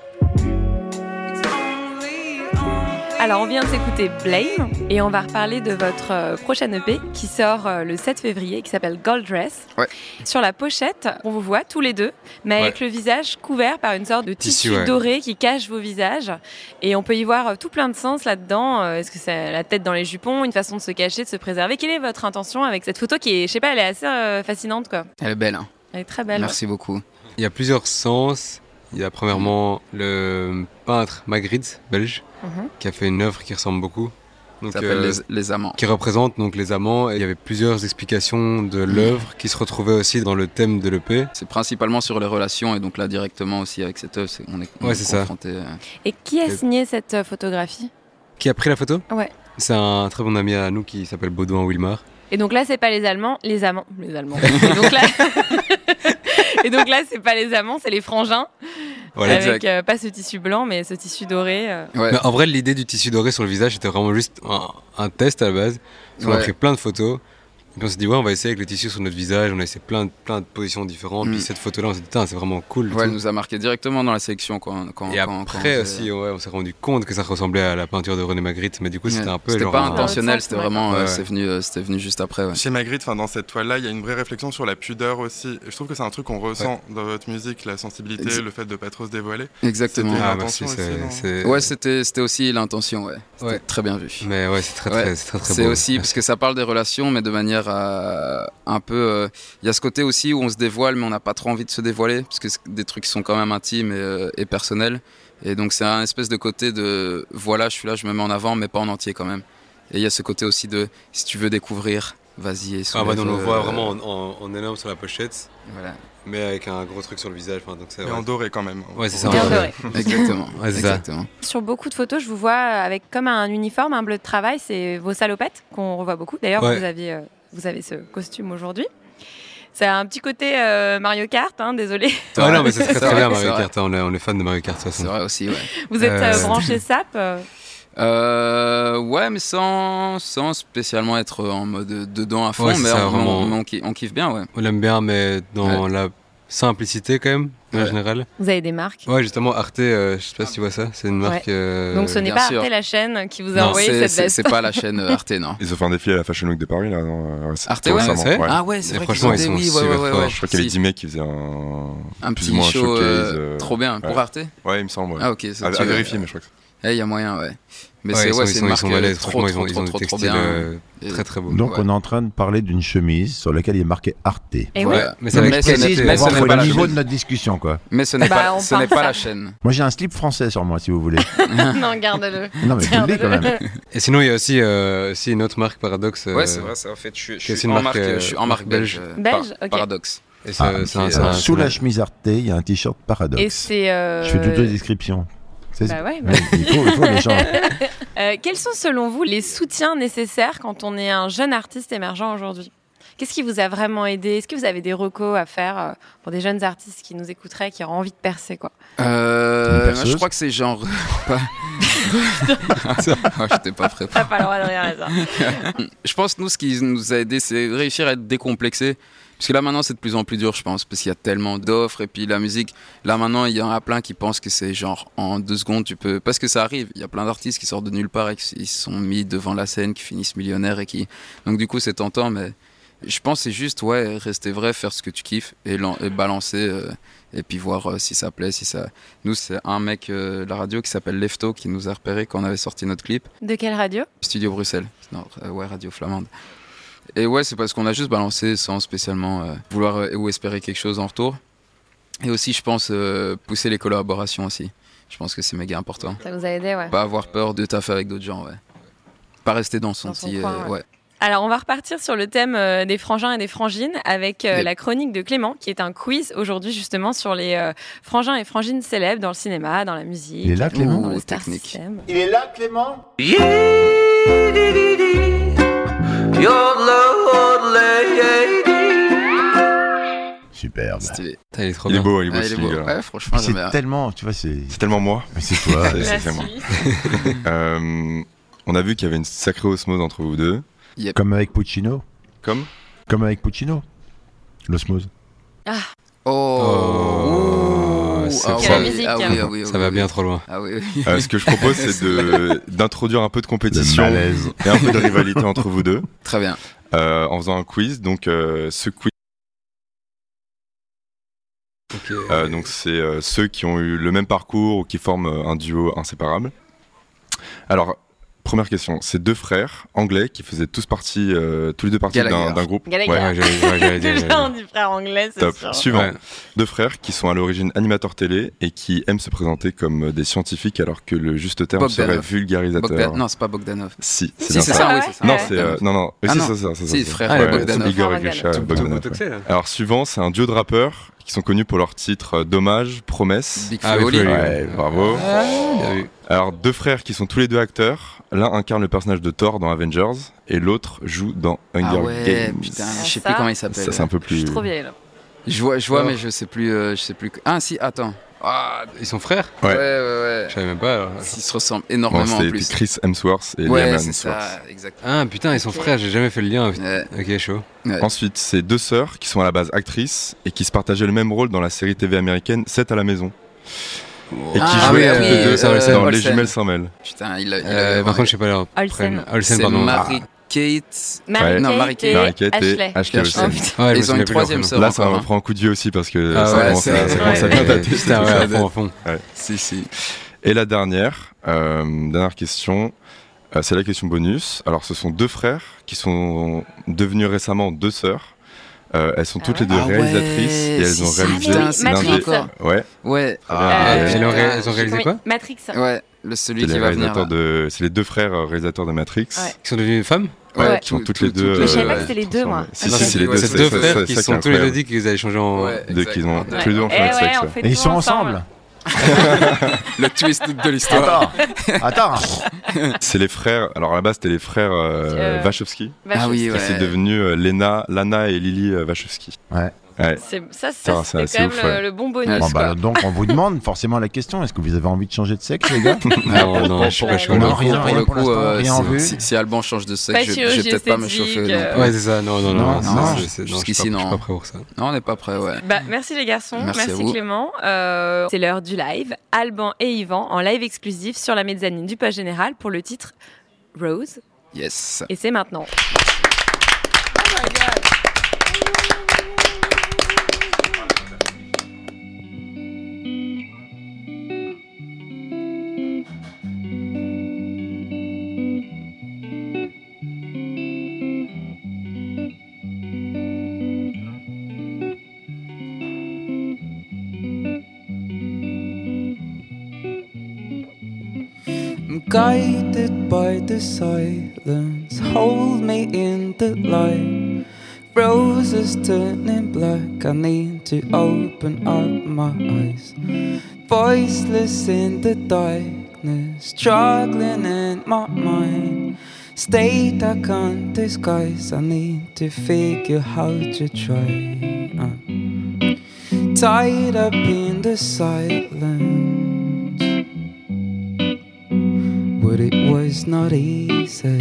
It's only, only. Alors on vient de s'écouter Blame et on va reparler de votre euh, prochaine E P qui sort euh, le sept février, qui s'appelle Gold Dress. Ouais. Sur la pochette, on vous voit tous les deux, mais avec Ouais. le visage couvert par une sorte de tissu, Tissu, ouais. doré qui cache vos visages. Et on peut y voir euh, tout plein de sens là-dedans. Euh, Est-ce que c'est la tête dans les jupons, une façon de se cacher, de se préserver? Quelle est votre intention avec cette photo qui est, je sais pas, elle est assez euh, fascinante quoi. Elle est belle, hein. Elle est très belle. Merci beaucoup. Il y a plusieurs sens. Il y a premièrement le peintre Magritte, belge, Mhm. qui a fait une œuvre qui ressemble beaucoup. Donc, Ça s'appelle euh, les, les amants. qui représente donc les amants. Et il y avait plusieurs explications de l'œuvre qui se retrouvaient aussi dans le thème de l'E P. C'est principalement sur les relations et donc là directement aussi avec cette œuvre, c'est- on est, on Ouais, est c'est ça. confronté. euh, Et qui a Et- signé cette euh, photographie? Qui a pris la photo? Ouais. C'est un très bon ami à nous qui s'appelle Baudouin Wilmar. Et donc là, c'est pas les Allemands, les Amants, les Allemands. Et donc là, et donc là, c'est pas les Amants, c'est les frangins. Voilà. avec Exact. euh, pas ce tissu blanc, mais ce tissu doré. euh. Ouais. Mais en vrai, l'idée du tissu doré sur le visage, c'était vraiment juste un, un test à la base. Parce qu'on a Ouais. pris plein de photos. Et puis on s'est dit, ouais, on va essayer avec le tissu sur notre visage. On a essayé plein de, plein de positions différentes. Mm. Puis cette photo-là, on s'est dit, putain, c'est vraiment cool. et Ouais, elle tout. nous a marqué directement dans la sélection quand, quand, Et quand- quand après on aussi, faisait- ouais, on s'est rendu compte que ça ressemblait à la peinture de René Magritte. Mais du coup, c'était Ouais. un peu C'était genre. pas un- intentionnel, Ouais. c'était vraiment, Ouais, euh, ouais. c'est venu, euh, c'était venu juste après. Ouais. Chez Magritte, enfin, dans cette toile-là, il y a une vraie réflexion sur la pudeur aussi. Et je trouve que c'est un truc qu'on ressent dans votre musique, la sensibilité, Exa- le fait de pas trop se dévoiler. Exactement. C'était Ah, l'intention merci. aussi, c'est- non c'est- Ouais, c'était, c'était aussi l'intention, ouais. C'était Ouais. très bien vu. Mais ouais, c'est très, Ouais. très, c'est très, très C'est beau. aussi parce que ça parle des relations, mais de manière euh, un peu. euh, Il y a ce côté aussi où on se dévoile, mais on n'a pas trop envie de se dévoiler, parce que c'est des trucs qui sont quand même intimes et, euh, et personnels. Et donc c'est un espèce de côté de voilà, je suis là, je me mets en avant, mais pas en entier quand même. Et il y a ce côté aussi de si tu veux découvrir, vas-y et Ah, bah, soulève, on le voit euh, vraiment en, en- en énorme sur la pochette, Voilà. mais avec un gros truc sur le visage. Enfin, donc c'est, Mais ouais. en doré quand même. Ouais, c'est ça. Bien Ouais. doré. Exactement. Ouais, c'est ça. Exactement. Sur beaucoup de photos, je vous vois avec comme un uniforme, un bleu de travail, c'est vos salopettes qu'on revoit beaucoup. D'ailleurs, Ouais. vous, aviez, euh, vous avez ce costume aujourd'hui. C'est un petit côté euh, Mario Kart, hein, désolé. Ah non, mais c'est très très bien Mario Kart. On est, on est fan de Mario Kart de toute façon. C'est vrai aussi, ouais. Vous êtes euh, Euh, branché S A P euh, Euh, ouais, mais sans, sans spécialement être en mode dedans à fond, Ouais, c'est mais, ça, on, vraiment. on, on kiffe, on kiffe bien, ouais. On l'aime bien, mais dans Ouais. la simplicité quand même, en Ouais. général. Vous avez des marques. Ouais, justement, Arte, euh, je sais pas si tu vois ça, c'est une marque. Ouais. euh, Donc ce n'est bien pas sûr. Arte la chaîne qui vous a Non, envoyé c'est, cette c'est, veste. c'est pas la chaîne euh, Arte, non. Ils ont fait un défilé à la Fashion Week de Paris, là, non? Ouais, c'est Arte, tout ouais, récemment, c'est vrai Ah ouais, c'est Et vrai franchement, qu'ils ont ils des- sont oui, ouais, super ouais, forts. ouais, Je crois qu'il y avait si. dix mecs qui faisaient un, Un plus petit ou moins un show showcase. euh, euh, trop bien pour ouais. Arte. Ouais, il me semble. Ouais. Ah ok, ça À, tu à veux- vérifier, mais je crois que Eh, il y a moyen, ouais. Mais Ouais, c'est ils sont- ouais, ils c'est sont- une ils marque sont balèzes, trop, franchement, trop, ils ont- ils trop, ont trop, des trop textiles, bien. euh, Et- très très beaux. Donc Ouais. on est en train de parler d'une chemise sur laquelle il est marqué Arte. Et Ouais. oui. Mais ça va Mais être ce n'est- Précise mais pour ce voir n'est le pas la niveau chemise. de notre discussion, quoi. Mais ce n'est Bah, pas, on ce n'est part pas ça. la chaîne. Moi j'ai un slip français sur moi, si vous voulez. Non, garde-le. Non mais vous le dites quand même. Et sinon, il y a aussi, euh, aussi une autre marque Paradoxe. euh, Ouais, c'est vrai, ça en fait, je, suis- je que c'est suis une en marque, marque, euh, je suis en marque belge. euh, Belge, par- ok. Paradoxe. Et ça, Ah, c'est un- qui est- c'est un- Alors, sous c'est un- la chemise Arte, il y a un t-shirt Paradoxe. Et c'est. euh, Je fais toute la description. C'est- Bah ouais, Ouais, il, faut, il faut les gens. Euh, quels sont selon vous les soutiens nécessaires quand on est un jeune artiste émergent aujourd'hui ? Qu'est-ce qui vous a vraiment aidé ? Est-ce que vous avez des recos à faire euh, pour des jeunes artistes qui nous écouteraient, qui auraient envie de percer quoi ? Euh, Une perceuse je crois que c'est genre. pas... Ah, j'étais pas prêt. T'as pas le droit de rire à ça. Je pense que nous, ce qui nous a aidé, c'est réussir à être décomplexé. Parce que là, maintenant, c'est de plus en plus dur, je pense, parce qu'il y a tellement d'offres. Et puis, la musique, là, maintenant, il y en a plein qui pensent que c'est genre en deux secondes, tu peux. Parce que ça arrive. Il y a plein d'artistes qui sortent de nulle part et qui se sont mis devant la scène, qui finissent millionnaires et qui. Donc, du coup, c'est tentant, mais je pense que c'est juste, ouais, rester vrai, faire ce que tu kiffes et, lan- et balancer. Euh, et puis voir euh, si ça plaît, si ça. Nous, c'est un mec euh, de la radio qui s'appelle Lefto qui nous a repéré quand on avait sorti notre clip. De quelle radio ? Studio Bruxelles. Non, euh, ouais, radio flamande. Et ouais, c'est parce qu'on a juste balancé sans spécialement euh, vouloir euh, ou espérer quelque chose en retour. Et aussi, je pense, euh, pousser les collaborations aussi. Je pense que c'est méga important. Ça vous a aidé, ouais. Pas avoir peur de taffer avec d'autres gens, ouais. Pas rester dans son Dans son petit... coin, euh, ouais. ouais. Alors, on va repartir sur le thème euh, des frangins et des frangines avec euh, Yep. la chronique de Clément, qui est un quiz aujourd'hui justement sur les euh, frangins et frangines célèbres dans le cinéma, dans la musique. Il est là, Clément dans le Ouh, star technique. system. Il est là, Clément. Superbe. Stylé. Putain, il est trop Il est bien. beau, il est beau Ah, ce il est beau. single. Ouais, franchement, C'est j'aime bien. tellement, tu vois, c'est C'est tellement moi. mais c'est toi. C'est- La c'est moi. suite. Euh, on a vu qu'il y avait une sacrée osmose entre vous deux. Comme avec Puccino. Comme Comme avec Puccino. L'osmose. Oh, Oh, Ouh, c'est ah, fort. ouais, La musique, ah oui, hein. ah oui, Ça oui, va oui. bien trop loin. Ah oui, oui. Euh, ce que je propose, c'est de- d'introduire un peu de compétition Le malaise. et un peu de rivalité entre vous deux Très bien. euh, en faisant un quiz. Donc, euh, ce quiz, Ok. euh, donc c'est euh, ceux qui ont eu le même parcours ou qui forment euh, un duo inséparable. Alors, première question, c'est deux frères anglais qui faisaient tous partie, euh, tous les deux partie d'un Gallagher. d'un groupe. Gallagher. Ouais, j'allais ouais, j'allais dire. Déjà, j'allais on dire. dit frère anglais, c'est Top. sûr. Suivant. Ouais. Deux frères qui sont à l'origine animateurs télé et qui aiment se présenter comme des scientifiques alors que le juste terme Bogdanov. serait vulgarisateur. Bogdan... Non, c'est pas Bogdanov. Si, c'est Si, bien c'est ça. ça, Ah oui, ouais c'est ça. Non, Ouais. c'est euh, non non, oui, Ah c'est non. ça, ça, ça, Si, ça. frère Ouais, Bogdanov. Igor et Frère Grisha Bogdanov. Bogdanov. Tout- tout- ouais. là. Alors suivant, c'est un duo de rappeurs qui sont connus pour leur titre Dommage, Promesse. Big Ah, Flo oui, Oli. Flo Oli. Ouais, bravo. Bien vu. Alors deux frères qui sont tous les deux acteurs. L'un incarne le personnage de Thor dans Avengers et l'autre joue dans Hunger Ah ouais, Games. putain, Ah, je sais ça plus comment il s'appelle. Ça c'est un peu Je plus. suis trop vieille là. Je vois, je vois, Oh. mais je sais plus, euh, je sais plus. Ah si, attends. Ah, Ils sont frères Ouais. ouais, ouais, ouais. Je savais même pas. alors. Ils se ressemblent Non, énormément en c'est plus. Chris Hemsworth et Ouais, Liam c'est Hemsworth. ça, exact. Ah putain, ils sont Ok. frères, j'ai jamais fait le lien. Ouais. Ok, chaud. Ouais. Ensuite, c'est deux sœurs qui sont à la base actrices et qui se partageaient le même rôle dans la série T V américaine sept à la maison. Et qui Ah jouaient oui, toutes oui, les deux euh, dans Les Olsen. Jumelles sans mêle. Putain, il a. il a- Euh, par contre, je sais pas leur Olsen. prénom. Olsen, c'est pardon. Mary-Kate. Mary-Kate Non, Mary-Kate. et Mary-Kate et Ashley. Ashley Ashley. Olsen. Oh, putain. Ouais, je me Ils ont souviens une plus troisième leur sœur. Là, ça encore, me hein. prend un coup de vieux aussi parce que Ah ça ouais, commence c'est- à, ça ouais, commence à ouais, bien ouais. dater. Putain, ouais, à fond, à fond. Si, si. Et la dernière, euh, dernière question, euh, c'est la question bonus. Alors, ce sont deux frères qui sont devenus récemment deux sœurs. Euh, elles sont Ah toutes ouais. les deux Ah ouais, réalisatrices et elles si, ont si, réalisé putain, l'un c'est des. Matrix. Ouais. Ouais. Ah, Euh, et elles ont ré- euh, elles ont réalisé oui, quoi Matrix. Ouais, le celui C'est qui les va venir. réalisateurs là. de, c'est les deux frères euh, réalisateurs de Matrix. Ouais. Ils sont devenus une femme Ouais, Ouais. qui sont Tout- toutes tout- les deux. toutes Mais je savais pas euh, que c'était les deux, moi. Si, Ok. si, c'est les deux. Ouais, C'est c'est- deux c'est- frères c'est qui ça sont est tous les deux incroyable. dit qu'ils allaient changer en. Ouais, Dès exact. qu'ils ont, Ouais. tous les deux ont fait Eh le ouais, sexe. on ouais. fait Et ils tout sont ensemble. Le twist de l'histoire. Attends, attends. C'est les frères. Alors à la base, c'était les frères euh, Euh, Wachowski. Wachowski. Ah oui, Et ouais. c'est devenu euh, Lena, Lana et Lily euh, Wachowski. Ouais. Ouais. C'est, ça, Ça, ça c'est c'était assez quand même ouf, le, ouais. le bon bonus. Ouais, Bon, quoi. bah, donc on vous demande forcément la question, est-ce que vous avez envie de changer de sexe, les gars? Non, non, je suis pas chaud. Non, là. rien, pour rien le pour coup, l'instant, euh, rien en si- vue. si, si Alban change de Pas sexe, de je, je vais chirurgie peut-être pas me esthétique, chauffer. non euh, plus. Ouais, c'est ça. Non, non, non. Non, c'est- non. je sais- non, je suis Jusqu'ici, pas- je suis non. pas prêt pour ça. Non, on n'est pas prêt, ouais. Bah, merci les garçons, Merci merci, à vous. Clément. Euh, c'est l'heure du live. Alban et Yvan en live exclusif sur la mezzanine du Poste Général pour le titre Rose. Yes. Et c'est maintenant. I'm guided by the silence. Hold me in the light. Roses turning black. I need to open up my eyes. Voiceless in the darkness. Struggling in my mind. State I can't disguise. I need to figure how to try. Uh. Tied up in the silence. But it was not easy.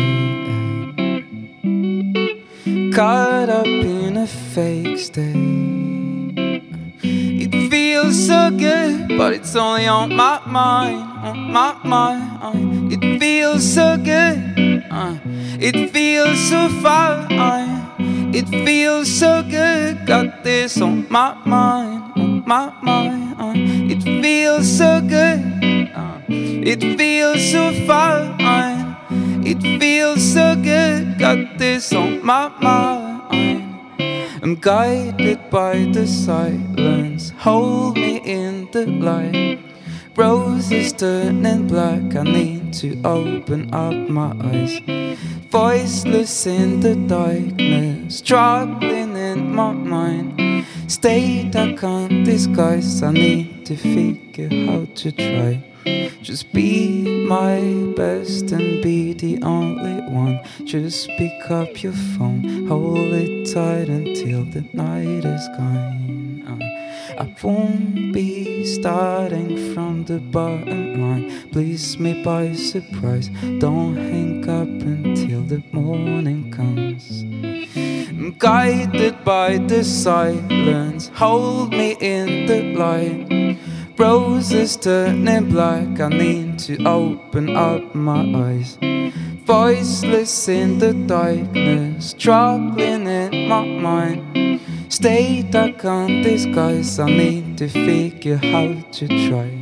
Caught up in a fake state. It feels so good, but it's only on my mind, on my mind. It feels so good, uh, it feels so fine. It feels so good, got this on my mind, on my mind. Uh, it feels so good. It feels so fine. It feels so good. Got this on my mind. I'm guided by the silence. Hold me in the light. Roses turning black. I need to open up my eyes. Voiceless in the darkness. Struggling in my mind. State I can't disguise. I need to figure how to try. Just be my best and be the only one. Just pick up your phone, hold it tight until the night is gone. uh, I won't be starting from the bottom line. Please me by surprise. Don't hang up until the morning comes. I'm guided by the silence. Hold me in the light. Roses turning black. I need to open up my eyes. Voiceless in the darkness. Struggling in my mind. State I can't disguise. I need to figure how to try.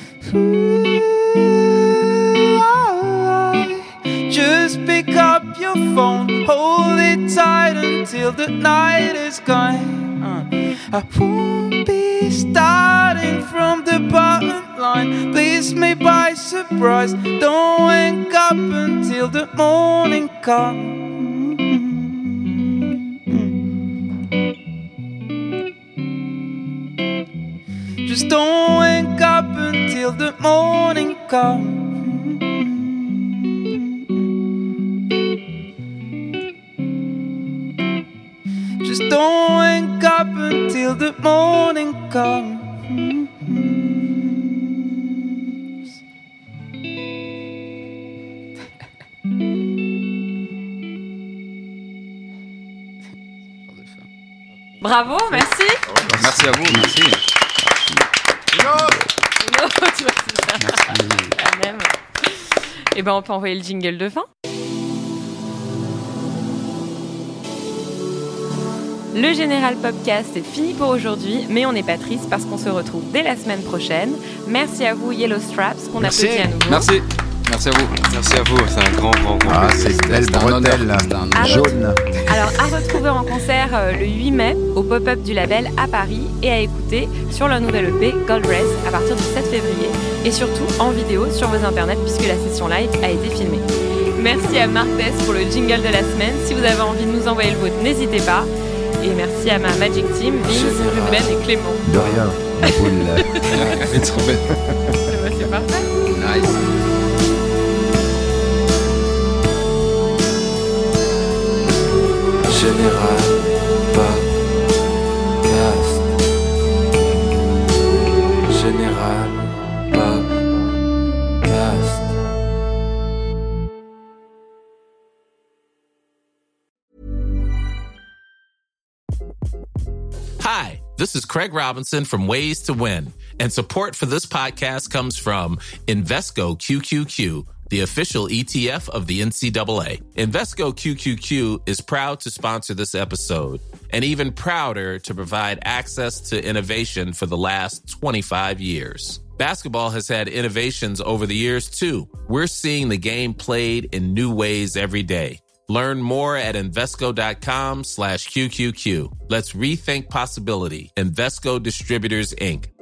Just pick up your phone. Hold it tight until the night is gone. uh, I won't be starting from the bottom line. Please me by surprise. Don't wake up until the morning comes. Just don't wake up until the morning comes. Just don't wake up until the morning comes. Bravo, merci. Merci à vous, merci. No, tu vois, c'est ça. La même. Et ben, on peut envoyer le jingle de fin. Le Général Popcast est fini pour aujourd'hui, mais on n'est pas triste parce qu'on se retrouve dès la semaine prochaine. Merci à vous Yellow Straps, qu'on Merci. applaudit à nouveau. Merci. Merci à vous. Merci à vous, c'est un grand, grand, grand Ah, plaisir. c'est une belle C'était un honneur, bretelle c'était un honneur. jaune. Alors, à retrouver en concert euh, le huit mai au pop-up du label à Paris et à écouter sur leur nouvelle E P Gold Race à partir du sept février et surtout en vidéo sur vos internets puisque la session live a été filmée. Merci à Marc Dess pour le jingle de la semaine. Si vous avez envie de nous envoyer le vôtre, n'hésitez pas. Et merci à ma Magic Team, Vince, Ruben et Clément. De rien. Mais trop bête. C'est parfait. Nice. Général Podcast. Général Podcast. Hi, this is Craig Robinson from Ways to Win, and support for this podcast comes from Invesco Q Q Q, the official E T F of the N C double A. Invesco Q Q Q is proud to sponsor this episode, and even prouder to provide access to innovation for the last twenty-five years. Basketball has had innovations over the years, too. We're seeing the game played in new ways every day. Learn more at Invesco.com slash QQQ. Let's rethink possibility. Invesco Distributors, Incorporated.